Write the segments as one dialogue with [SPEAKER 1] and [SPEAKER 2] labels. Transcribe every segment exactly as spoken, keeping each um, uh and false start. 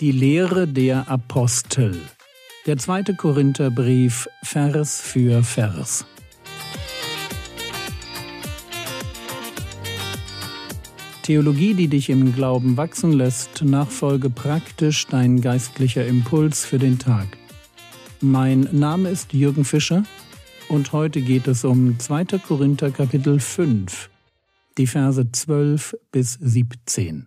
[SPEAKER 1] Die Lehre der Apostel. Der zweite Korintherbrief, Vers für Vers. Theologie, die dich im Glauben wachsen lässt, nachfolge praktisch dein geistlicher Impuls für den Tag. Mein Name ist Jürgen Fischer und heute geht es um zweiter Korinther Kapitel fünf, die Verse zwölf bis siebzehn.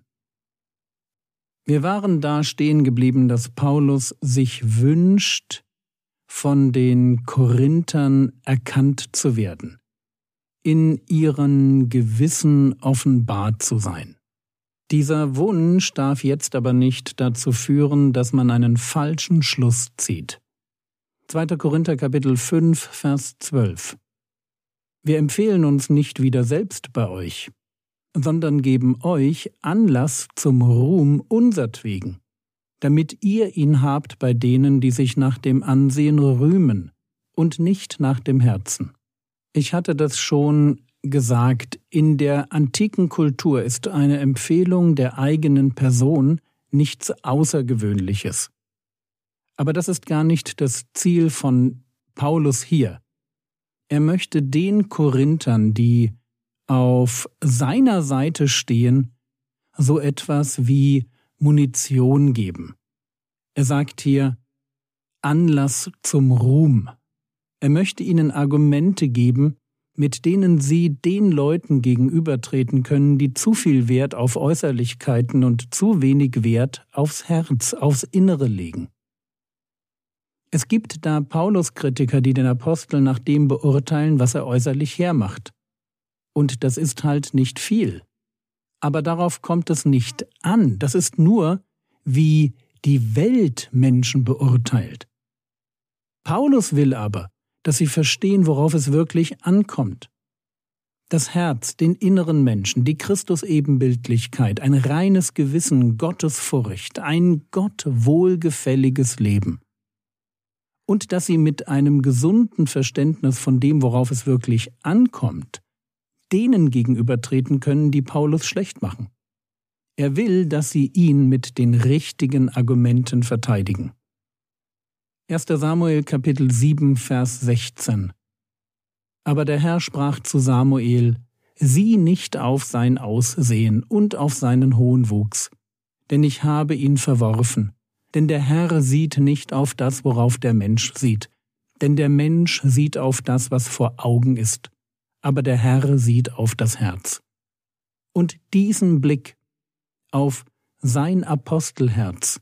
[SPEAKER 1] Wir waren da stehen geblieben, dass Paulus sich wünscht, von den Korinthern erkannt zu werden, in ihren Gewissen offenbart zu sein. Dieser Wunsch darf jetzt aber nicht dazu führen, dass man einen falschen Schluss zieht. zweiter Korinther Kapitel fünf, Vers zwölf. Wir empfehlen uns nicht wieder selbst bei euch, sondern geben euch Anlass zum Ruhm unsertwegen, damit ihr ihn habt bei denen, die sich nach dem Ansehen rühmen und nicht nach dem Herzen. Ich hatte das schon gesagt, in der antiken Kultur ist eine Empfehlung der eigenen Person nichts Außergewöhnliches. Aber das ist gar nicht das Ziel von Paulus hier. Er möchte den Korinthern, die auf seiner Seite stehen, so etwas wie Munition geben. Er sagt hier Anlass zum Ruhm. Er möchte ihnen Argumente geben, mit denen sie den Leuten gegenübertreten können, die zu viel Wert auf Äußerlichkeiten und zu wenig Wert aufs Herz, aufs Innere legen. Es gibt da Paulus-Kritiker, die den Apostel nach dem beurteilen, was er äußerlich hermacht. Und das ist halt nicht viel. Aber darauf kommt es nicht an. Das ist nur, wie die Welt Menschen beurteilt. Paulus will aber, dass sie verstehen, worauf es wirklich ankommt. Das Herz, den inneren Menschen, die Christus-Ebenbildlichkeit, ein reines Gewissen, Gottesfurcht, ein Gott wohlgefälliges Leben. Und dass sie mit einem gesunden Verständnis von dem, worauf es wirklich ankommt, denen gegenübertreten können, die Paulus schlecht machen. Er will, dass sie ihn mit den richtigen Argumenten verteidigen. erster Samuel Kapitel sieben, Vers sechzehn. Aber der Herr sprach zu Samuel: Sieh nicht auf sein Aussehen und auf seinen hohen Wuchs, denn ich habe ihn verworfen. Denn der Herr sieht nicht auf das, worauf der Mensch sieht, denn der Mensch sieht auf das, was vor Augen ist, aber der Herr sieht auf das Herz. Und diesen Blick auf sein Apostelherz,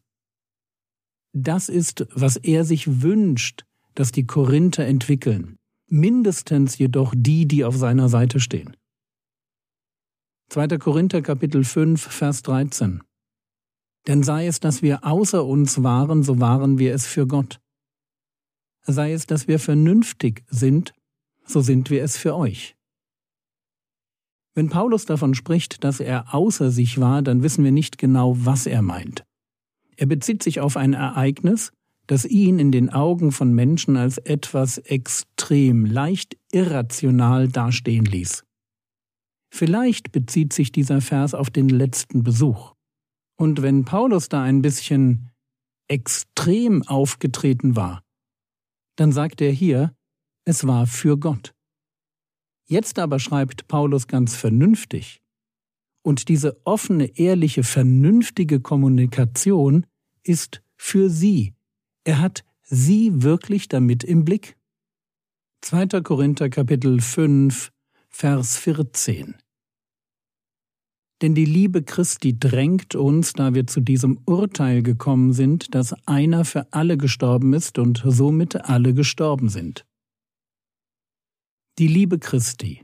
[SPEAKER 1] das ist, was er sich wünscht, dass die Korinther entwickeln, mindestens jedoch die, die auf seiner Seite stehen. zweiter Korinther Kapitel fünf, Vers dreizehn. Denn sei es, dass wir außer uns waren, so waren wir es für Gott. Sei es, dass wir vernünftig sind, so sind wir es für euch. Wenn Paulus davon spricht, dass er außer sich war, dann wissen wir nicht genau, was er meint. Er bezieht sich auf ein Ereignis, das ihn in den Augen von Menschen als etwas extrem, leicht irrational dastehen ließ. Vielleicht bezieht sich dieser Vers auf den letzten Besuch. Und wenn Paulus da ein bisschen extrem aufgetreten war, dann sagt er hier, es war für Gott. Jetzt aber schreibt Paulus ganz vernünftig. Und diese offene, ehrliche, vernünftige Kommunikation ist für sie. Er hat sie wirklich damit im Blick. zweiter Korinther Kapitel fünf, Vers vierzehn. Denn die Liebe Christi drängt uns, da wir zu diesem Urteil gekommen sind, dass einer für alle gestorben ist und somit alle gestorben sind. Die Liebe Christi.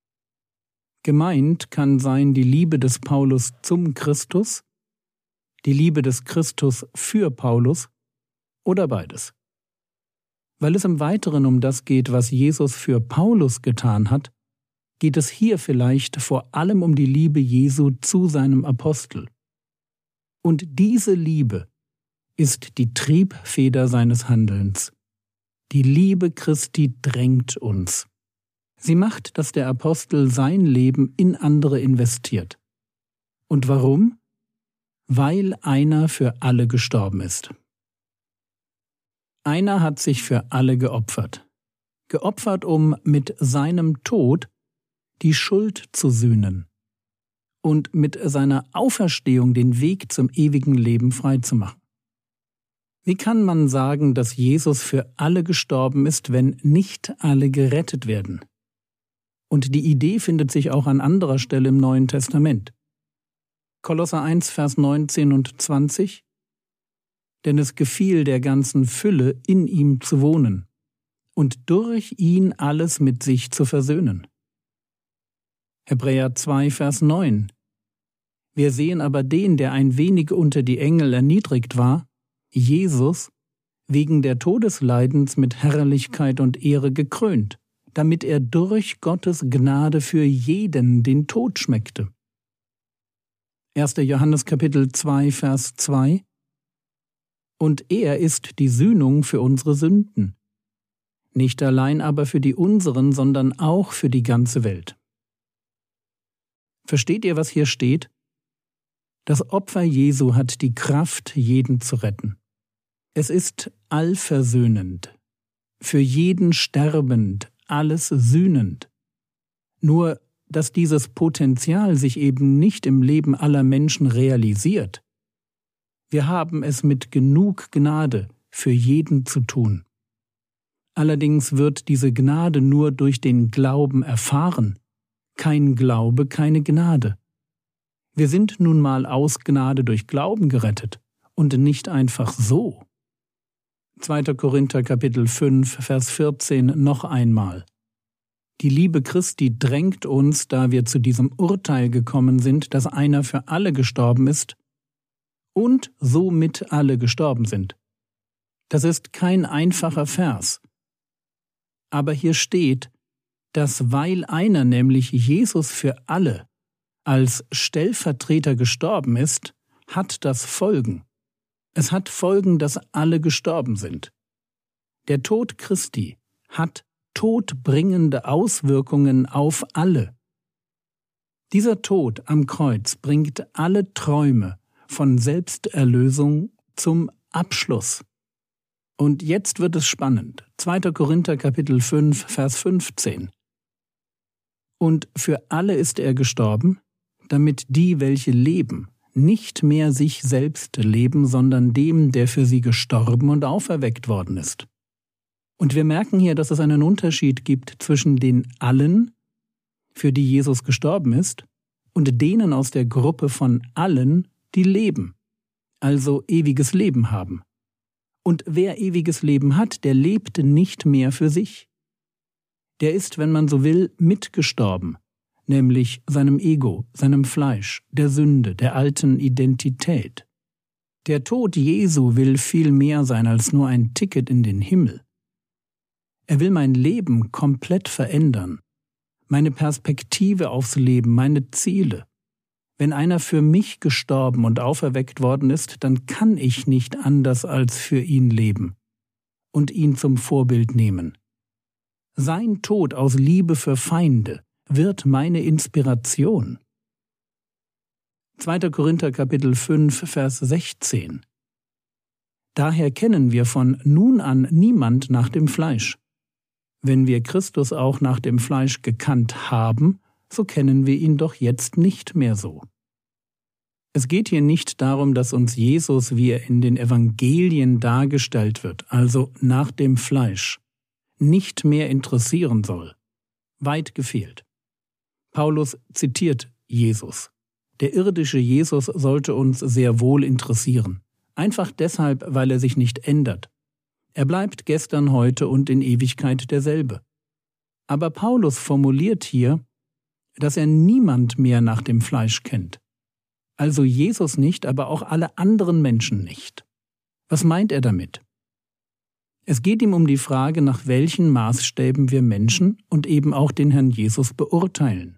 [SPEAKER 1] Gemeint kann sein die Liebe des Paulus zum Christus, die Liebe des Christus für Paulus oder beides. Weil es im Weiteren um das geht, was Jesus für Paulus getan hat, geht es hier vielleicht vor allem um die Liebe Jesu zu seinem Apostel. Und diese Liebe ist die Triebfeder seines Handelns. Die Liebe Christi drängt uns. Sie macht, dass der Apostel sein Leben in andere investiert. Und warum? weil einer für alle gestorben ist. Einer hat sich für alle geopfert. Geopfert, um mit seinem Tod die Schuld zu sühnen und mit seiner Auferstehung den Weg zum ewigen Leben freizumachen. Wie kann man sagen, dass Jesus für alle gestorben ist, wenn nicht alle gerettet werden? Und die Idee findet sich auch an anderer Stelle im Neuen Testament. Kolosser eins, Vers neunzehn und zwanzig. Denn es gefiel der ganzen Fülle, in ihm zu wohnen und durch ihn alles mit sich zu versöhnen. Hebräer zwei, Vers neun. Wir sehen aber den, der ein wenig unter die Engel erniedrigt war, Jesus, wegen der Todesleidens mit Herrlichkeit und Ehre gekrönt, damit er durch Gottes Gnade für jeden den Tod schmeckte. erster Johannes Kapitel zwei, Vers zwei. Und er ist die Sühnung für unsere Sünden. Nicht allein aber für die unseren, sondern auch für die ganze Welt. Versteht ihr, was hier steht? Das Opfer Jesu hat die Kraft, jeden zu retten. Es ist allversöhnend, für jeden sterbend, alles sühnend. Nur, dass dieses Potenzial sich eben nicht im Leben aller Menschen realisiert. Wir haben es mit genug Gnade für jeden zu tun. Allerdings wird diese Gnade nur durch den Glauben erfahren. Kein Glaube, keine Gnade. Wir sind nun mal aus Gnade durch Glauben gerettet und nicht einfach so. zweiter Korinther Kapitel fünf, Vers vierzehn noch einmal. Die Liebe Christi drängt uns, da wir zu diesem Urteil gekommen sind, dass einer für alle gestorben ist und somit alle gestorben sind. Das ist kein einfacher Vers. Aber hier steht, dass weil einer, nämlich Jesus für alle, als Stellvertreter gestorben ist, hat das Folgen. Es hat Folgen, dass alle gestorben sind. Der Tod Christi hat todbringende Auswirkungen auf alle. Dieser Tod am Kreuz bringt alle Träume von Selbsterlösung zum Abschluss. Und jetzt wird es spannend. zweiter Korinther Kapitel fünf, Vers fünfzehn. Und für alle ist er gestorben, damit die, welche leben, nicht mehr sich selbst leben, sondern dem, der für sie gestorben und auferweckt worden ist. Und wir merken hier, dass es einen Unterschied gibt zwischen den allen, für die Jesus gestorben ist, und denen aus der Gruppe von allen, die leben, also ewiges Leben haben. Und wer ewiges Leben hat, der lebt nicht mehr für sich. Der ist, wenn man so will, mitgestorben, nämlich seinem Ego, seinem Fleisch, der Sünde, der alten Identität. Der Tod Jesu will viel mehr sein als nur ein Ticket in den Himmel. Er will mein Leben komplett verändern, meine Perspektive aufs Leben, meine Ziele. Wenn einer für mich gestorben und auferweckt worden ist, dann kann ich nicht anders als für ihn leben und ihn zum Vorbild nehmen. Sein Tod aus Liebe für Feinde wird meine Inspiration. zweiter Korinther Kapitel fünf, Vers sechzehn. Daher kennen wir von nun an niemand nach dem Fleisch. Wenn wir Christus auch nach dem Fleisch gekannt haben, so kennen wir ihn doch jetzt nicht mehr so. Es geht hier nicht darum, dass uns Jesus, wie er in den Evangelien dargestellt wird, also nach dem Fleisch, nicht mehr interessieren soll. Weit gefehlt. Paulus zitiert Jesus. Der irdische Jesus sollte uns sehr wohl interessieren. Einfach deshalb, weil er sich nicht ändert. Er bleibt gestern, heute und in Ewigkeit derselbe. Aber Paulus formuliert hier, dass er niemand mehr nach dem Fleisch kennt. Also Jesus nicht, aber auch alle anderen Menschen nicht. Was meint er damit? Es geht ihm um die Frage, nach welchen Maßstäben wir Menschen und eben auch den Herrn Jesus beurteilen.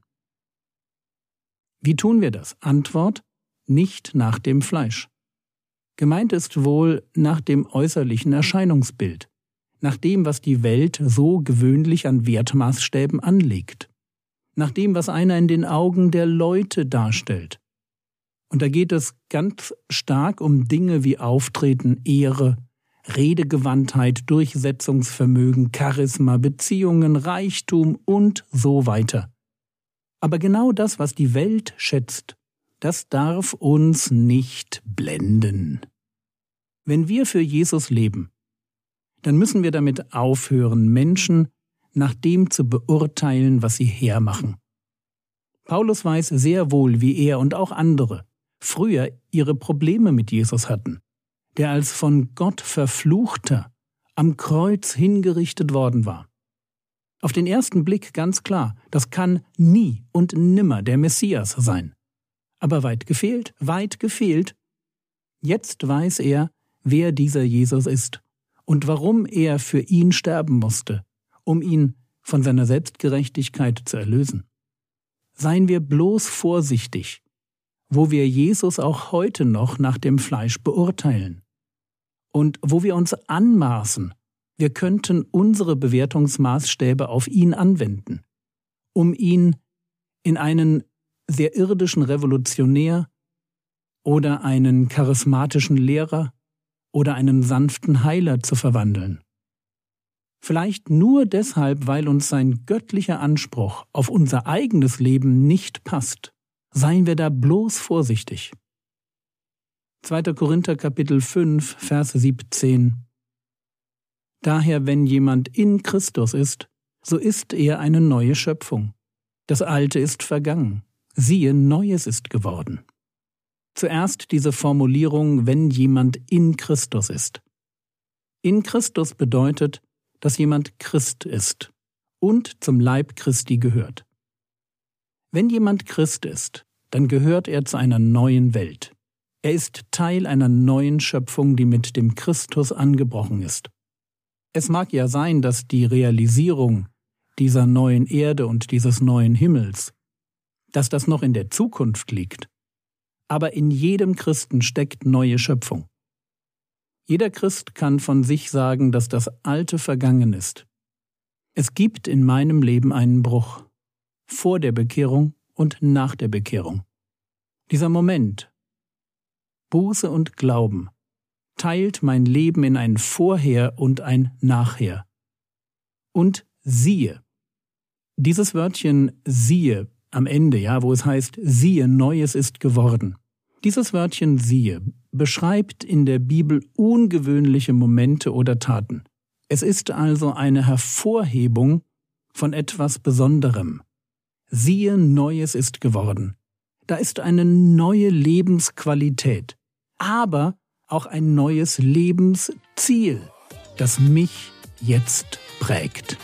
[SPEAKER 1] Wie tun wir das? Antwort: nicht nach dem Fleisch. Gemeint ist wohl nach dem äußerlichen Erscheinungsbild, nach dem, was die Welt so gewöhnlich an Wertmaßstäben anlegt, nach dem, was einer in den Augen der Leute darstellt. Und da geht es ganz stark um Dinge wie Auftreten, Ehre, Redegewandtheit, Durchsetzungsvermögen, Charisma, Beziehungen, Reichtum und so weiter. Aber genau das, was die Welt schätzt, das darf uns nicht blenden. Wenn wir für Jesus leben, dann müssen wir damit aufhören, Menschen nach dem zu beurteilen, was sie hermachen. Paulus weiß sehr wohl, wie er und auch andere früher ihre Probleme mit Jesus hatten, der als von Gott Verfluchter am Kreuz hingerichtet worden war. Auf den ersten Blick ganz klar, das kann nie und nimmer der Messias sein. Aber weit gefehlt, weit gefehlt. Jetzt weiß er, wer dieser Jesus ist und warum er für ihn sterben musste, um ihn von seiner Selbstgerechtigkeit zu erlösen. Seien wir bloß vorsichtig, wo wir Jesus auch heute noch nach dem Fleisch beurteilen und wo wir uns anmaßen, wir könnten unsere Bewertungsmaßstäbe auf ihn anwenden, um ihn in einen sehr irdischen Revolutionär oder einen charismatischen Lehrer oder einen sanften Heiler zu verwandeln. Vielleicht nur deshalb, weil uns sein göttlicher Anspruch auf unser eigenes Leben nicht passt. Seien wir da bloß vorsichtig. zweiter Korinther Kapitel fünf, Verse siebzehn. Daher, wenn jemand in Christus ist, so ist er eine neue Schöpfung. Das Alte ist vergangen. Siehe, Neues ist geworden. Zuerst diese Formulierung, wenn jemand in Christus ist. In Christus bedeutet, dass jemand Christ ist und zum Leib Christi gehört. Wenn jemand Christ ist, dann gehört er zu einer neuen Welt. Er ist Teil einer neuen Schöpfung, die mit dem Christus angebrochen ist. Es mag ja sein, dass die Realisierung dieser neuen Erde und dieses neuen Himmels, dass das noch in der Zukunft liegt. Aber in jedem Christen steckt neue Schöpfung. Jeder Christ kann von sich sagen, dass das Alte vergangen ist. Es gibt in meinem Leben einen Bruch, vor der Bekehrung und nach der Bekehrung. Dieser Moment, Buße und Glauben, teilt mein Leben in ein Vorher und ein Nachher. Und siehe, dieses Wörtchen siehe am Ende, ja, wo es heißt, siehe, Neues ist geworden. Dieses Wörtchen siehe beschreibt in der Bibel ungewöhnliche Momente oder Taten. Es ist also eine Hervorhebung von etwas Besonderem. Siehe, Neues ist geworden. Da ist eine neue Lebensqualität, aber auch ein neues Lebensziel, das mich jetzt prägt.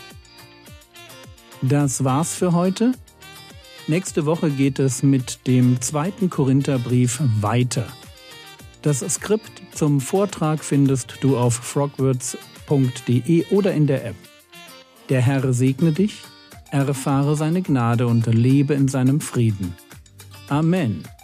[SPEAKER 1] Das war's für heute. Nächste Woche geht es mit dem zweiten Korintherbrief weiter. Das Skript zum Vortrag findest du auf frogwords punkt de oder in der App. Der Herr segne dich, erfahre seine Gnade und lebe in seinem Frieden. Amen.